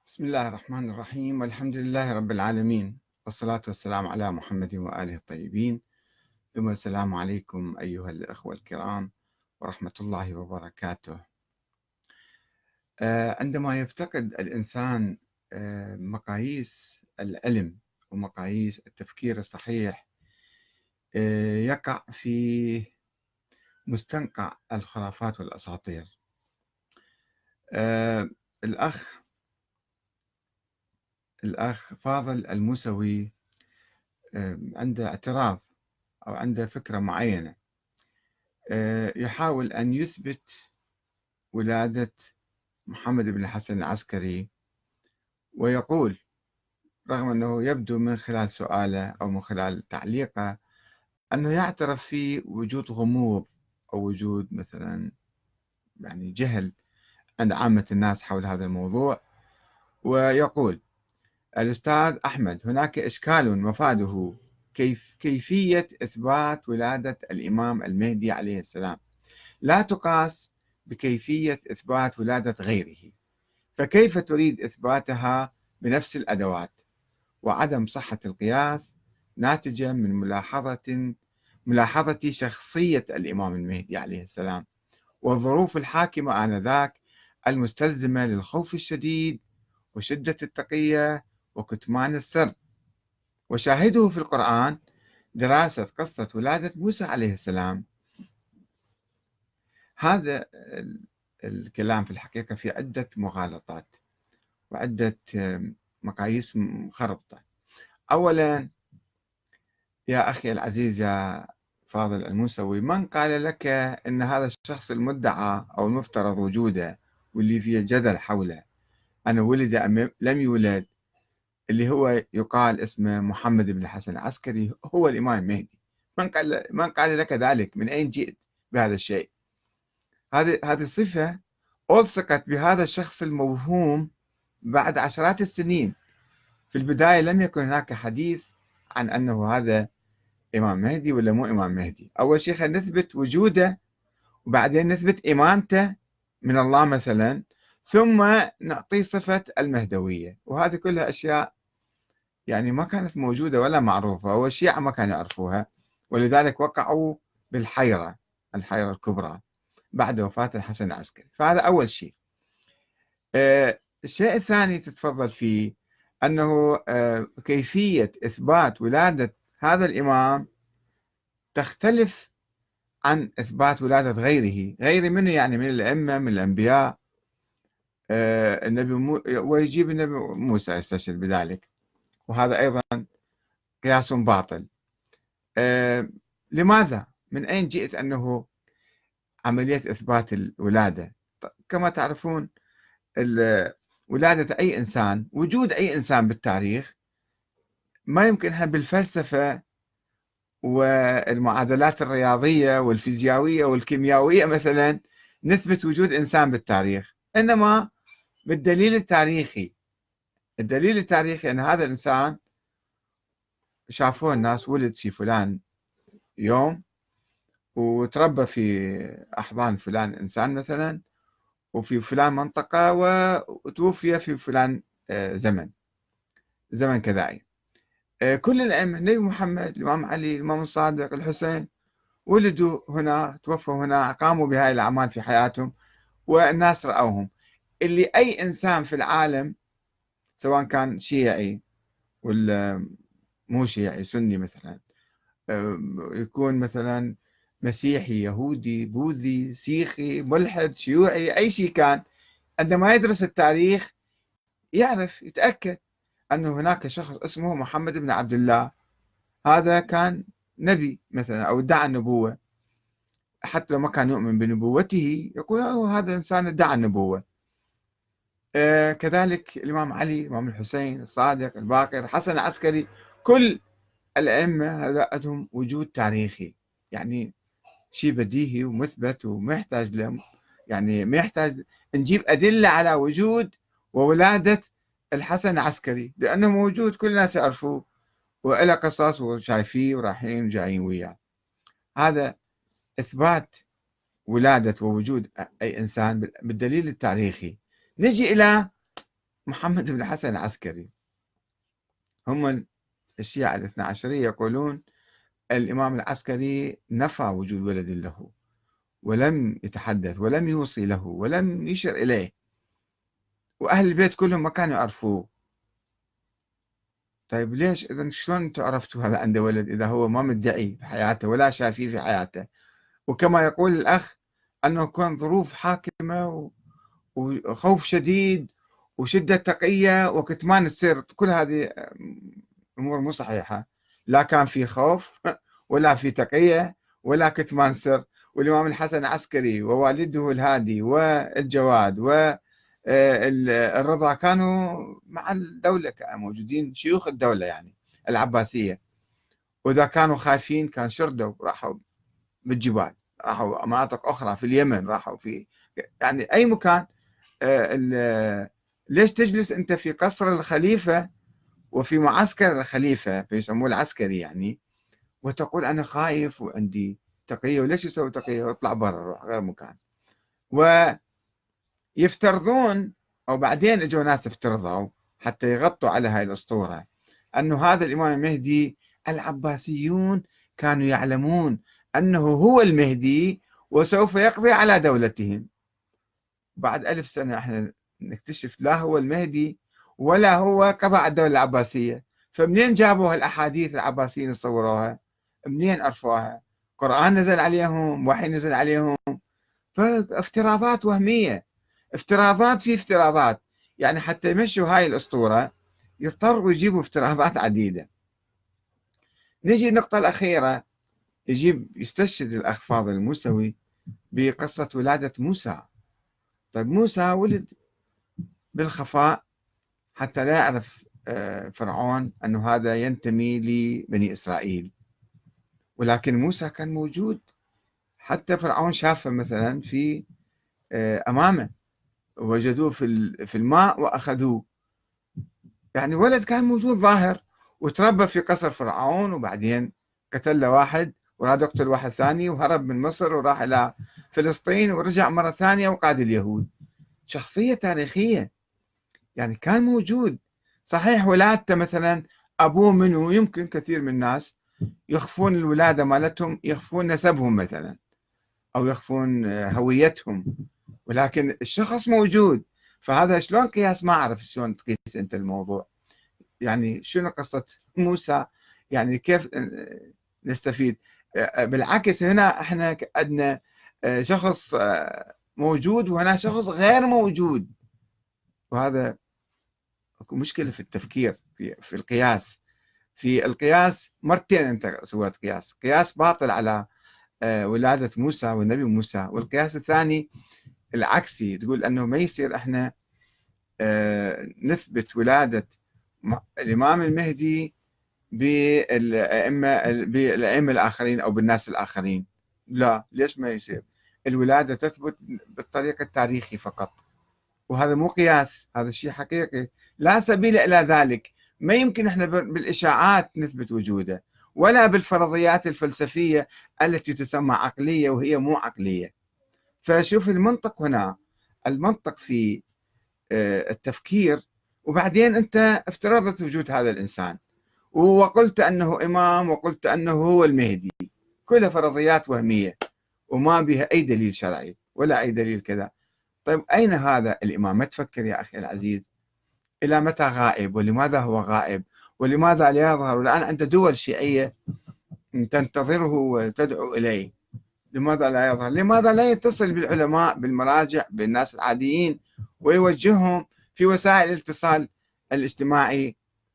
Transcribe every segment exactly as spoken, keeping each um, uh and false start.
بسم الله الرحمن الرحيم والحمد لله رب العالمين والصلاة والسلام على محمد وآله الطيبين، ثم السلام عليكم أيها الأخوة الكرام ورحمة الله وبركاته. آه، عندما يفتقد الإنسان آه، مقاييس العلم ومقاييس التفكير الصحيح، آه، يقع في مستنقع الخرافات والأساطير. آه، الأخ الأخ فاضل الموسوي آه، عنده اعتراض أو عنده فكرة معينة، آه، يحاول أن يثبت ولادة محمد بن الحسن العسكري، ويقول رغم أنه يبدو من خلال سؤاله أو من خلال تعليقه أنه يعترف في وجود غموض أو وجود مثلا يعني جهل عند عامة الناس حول هذا الموضوع. ويقول الأستاذ أحمد: هناك إشكال مفاده كيف كيفية إثبات ولادة الإمام المهدي عليه السلام لا تقاس بكيفية إثبات ولادة غيره، فكيف تريد إثباتها بنفس الأدوات؟ وعدم صحة القياس ناتجة من ملاحظة ملاحظة شخصية الإمام المهدي عليه السلام والظروف الحاكمة آنذاك المستلزمة للخوف الشديد وشدة التقية وكتمان السر. وشاهده في القرآن دراسة قصة ولادة موسى عليه السلام. هذا الكلام في الحقيقة في عدة مغالطات وعدة مقاييس مخربطة. أولا يا أخي العزيز يا فاضل الموسوي، من قال لك أن هذا الشخص المدعى أو المفترض وجوده واللي فيه جدل حوله أنه ولد أم لم يولد، اللي هو يقال اسمه محمد بن الحسن العسكري، هو الإمام المهدي؟ من قال من قال لك ذلك؟ من أين جئت بهذا الشيء؟ هذه هذه الصفة ألصقت بهذا الشخص الموهوم بعد عشرات السنين. في البداية لم يكن هناك حديث عن أنه هذا إمام مهدي ولا مو إمام مهدي. أول شيء خلينا نثبت وجوده، وبعدين نثبت إمامته من الله مثلا، ثم نعطيه صفة المهدوية. وهذه كلها أشياء يعني ما كانت موجودة ولا معروفة، والشيعة ما كانوا يعرفوها، ولذلك وقعوا بالحيرة، الحيرة الكبرى بعد وفاة الحسن العسكري. فهذا أول شيء. آه، الشيء الثاني تتفضل فيه أنه آه، كيفية إثبات ولادة هذا الإمام تختلف عن إثبات ولادة غيره. غيره منه يعني من الأئمة، من الأنبياء، آه، النبي مو ويجيب النبي موسى يستشهد بذلك، وهذا أيضا قياس باطل. آه، لماذا؟ من أين جئت أنه عملية إثبات الولادة؟ كما تعرفون ولادة أي إنسان، وجود أي إنسان بالتاريخ، ما يمكنها بالفلسفة والمعادلات الرياضية والفيزيائية والكيميائية مثلا نثبت وجود إنسان بالتاريخ، إنما بالدليل التاريخي. الدليل التاريخي أن هذا الإنسان شافوه الناس، ولد في فلان يوم وتربى في أحضان فلان إنسان مثلا، وفي فلان منطقة، وتوفي في فلان آه، زمن زمن كذا. كل الأئمة، النبي محمد، الإمام علي، الإمام الصادق، الحسين، ولدوا هنا، توفوا هنا، قاموا بهاي الأعمال في حياتهم والناس رأوهم. اللي أي إنسان في العالم سواء كان شيعي ولا مو شيعي، سني مثلا، يكون مثلا مسيحي، يهودي، بوذي، سيخي، ملحد، شيوعي، أي شيء كان، عندما يدرس التاريخ يعرف، يتأكد أنه هناك شخص اسمه محمد بن عبد الله، هذا كان نبي مثلا أو ادعى النبوة، حتى لو ما كان يؤمن بنبوته يقول هذا إنسان ادعى النبوة. آه كذلك الإمام علي، الإمام الحسين، الصادق، الباقر، الحسن العسكري، كل الأئمة هذا عندهم وجود تاريخي، يعني شيء بديهي ومثبت، وما يحتاج له، يعني ما يحتاج نجيب أدلة على وجود وولادة الحسن العسكري، لأنه موجود، كل الناس يعرفوه وإلى قصص وشايفيه ورايحين وجايين وياه. هذا إثبات ولادة ووجود أي إنسان بالدليل التاريخي. نجي إلى محمد بن الحسن العسكري. هم الشيعة الاثنى عشرية يقولون الإمام العسكري نفى وجود ولد له، ولم يتحدث ولم يوصي له ولم يشر إليه، وأهل البيت كلهم ما كانوا يعرفوه. طيب ليش إذا شلون أنتم عرفتوا هذا عنده ولد إذا هو ما مدعي في حياته ولا شافيه في حياته؟ وكما يقول الأخ أنه كان ظروف حاكمة وخوف شديد وشدة تقية وكتمان السر، كل هذه أمور مو صحيحة. لا كان في خوف ولا في تقية ولا كتمان سر. والإمام الحسن العسكري ووالده الهادي والجواد والرضا كانوا مع الدولة، كانوا موجودين شيوخ الدولة يعني العباسية، وإذا كانوا خايفين كان شردوا راحوا بالجبال، راحوا مناطق أخرى في اليمن، راحوا في يعني أي مكان. ليش تجلس أنت في قصر الخليفة وفي معسكر الخليفة بيسموه العسكري يعني، وتقول أنا خايف وعندي تقية؟ وليش يسوي تقية؟ واطلع برا، روح غير مكان. ويفترضون، أو بعدين اجوا ناس افترضوا حتى يغطوا على هاي الأسطورة، أنه هذا الإمام المهدي العباسيون كانوا يعلمون أنه هو المهدي وسوف يقضي على دولتهم. بعد ألف سنة احنا نكتشف لا هو المهدي ولا هو قضى على الدولة العباسية. فمنين جابوا هالأحاديث العباسيين يصوروها؟ منين عرفوها؟ قرآن نزل عليهم، وحي نزل عليهم، فافتراضات وهمية، افتراضات في افتراضات. يعني حتى يمشوا هاي الأسطورة يضطروا يجيبوا افتراضات عديدة. نجي النقطة الأخيرة، يجيب يستشهد الأخ فاضل الموسوي بقصة ولادة موسى. طيب موسى ولد بالخفاء حتى لا يعرف فرعون أنه هذا ينتمي لبني إسرائيل، ولكن موسى كان موجود، حتى فرعون شافه مثلا في أمامه، وجدوه في الماء وأخذوه. يعني ولد كان موجود ظاهر، وتربى في قصر فرعون، وبعدين قتل له واحد وراد يقتل واحد ثاني، وهرب من مصر وراح إلى فلسطين ورجع مرة ثانية وقاد اليهود. شخصية تاريخية يعني كان موجود. صحيح ولادته مثلا أبوه منه، يمكن كثير من الناس يخفون الولادة مالتهم، يخفون نسبهم مثلا، أو يخفون هويتهم، ولكن الشخص موجود. فهذا شلون قياس؟ ما أعرف شلون تقيس أنت الموضوع. يعني شنو قصة موسى؟ يعني كيف نستفيد؟ بالعكس هنا احنا عندنا شخص موجود وهنا شخص غير موجود، وهذا اكو مشكلة في التفكير في, في القياس. في القياس مرتين انت سويت قياس، قياس باطل على ولادة موسى والنبي موسى، والقياس الثاني العكسي، تقول انه ما يصير احنا نثبت ولادة الإمام المهدي بالأئمة بالأئمة الآخرين أو بالناس الآخرين. لا، ليش ما يصير؟ الولادة تثبت بالطريقة التاريخي فقط، وهذا مو قياس، هذا شيء حقيقي لا سبيل إلى ذلك. ما يمكن احنا بالإشاعات نثبت وجوده، ولا بالفرضيات الفلسفية التي تسمى عقلية وهي مو عقلية. فشوف المنطق هنا، المنطق في التفكير. وبعدين أنت افترضت وجود هذا الإنسان وقلت أنه إمام وقلت أنه هو المهدي، كلها فرضيات وهمية وما بها أي دليل شرعي ولا أي دليل كذا. طيب أين هذا الإمام؟ ما تفكر يا أخي العزيز، إلى متى غائب؟ ولماذا هو غائب؟ ولماذا لا يظهر؟ والآن عند دول شيعية تنتظره وتدعو إليه، لماذا لا يظهر؟ لماذا لا يتصل بالعلماء بالمراجع بالناس العاديين ويوجههم في وسائل الاتصال الاجتماعي،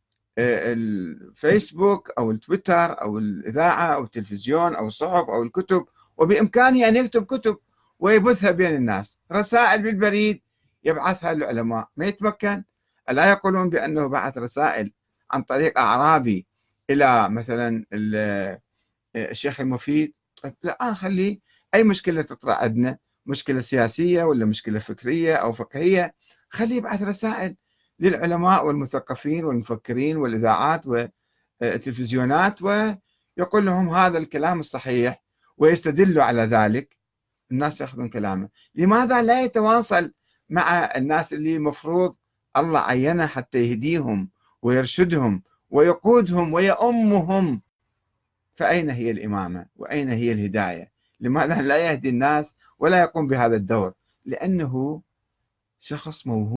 الفيسبوك أو التويتر أو الإذاعة أو التلفزيون أو الصحف أو الكتب؟ وبإمكانه أن يكتب كتب ويبثها بين الناس، رسائل بالبريد يبعثها للعلماء. ما يتمكن؟ ألا يقولون بأنه بعث رسائل عن طريق أعرابي إلى مثلا الشيخ المفيد؟ طيب لا، نخلي أي مشكلة تطرأ عندنا، مشكلة سياسية ولا مشكلة فكرية أو فقهية، خليه يبعث رسائل للعلماء والمثقفين والمفكرين والإذاعات والتلفزيونات ويقول لهم هذا الكلام الصحيح ويستدلوا على ذلك، الناس يأخذون كلامه. لماذا لا يتواصل مع الناس اللي مفروض الله عينه حتى يهديهم ويرشدهم ويقودهم ويؤمهم، فأين هي الإمامة وأين هي الهداية؟ لماذا لا يهدي الناس ولا يقوم بهذا الدور؟ لأنه شخص موهوب.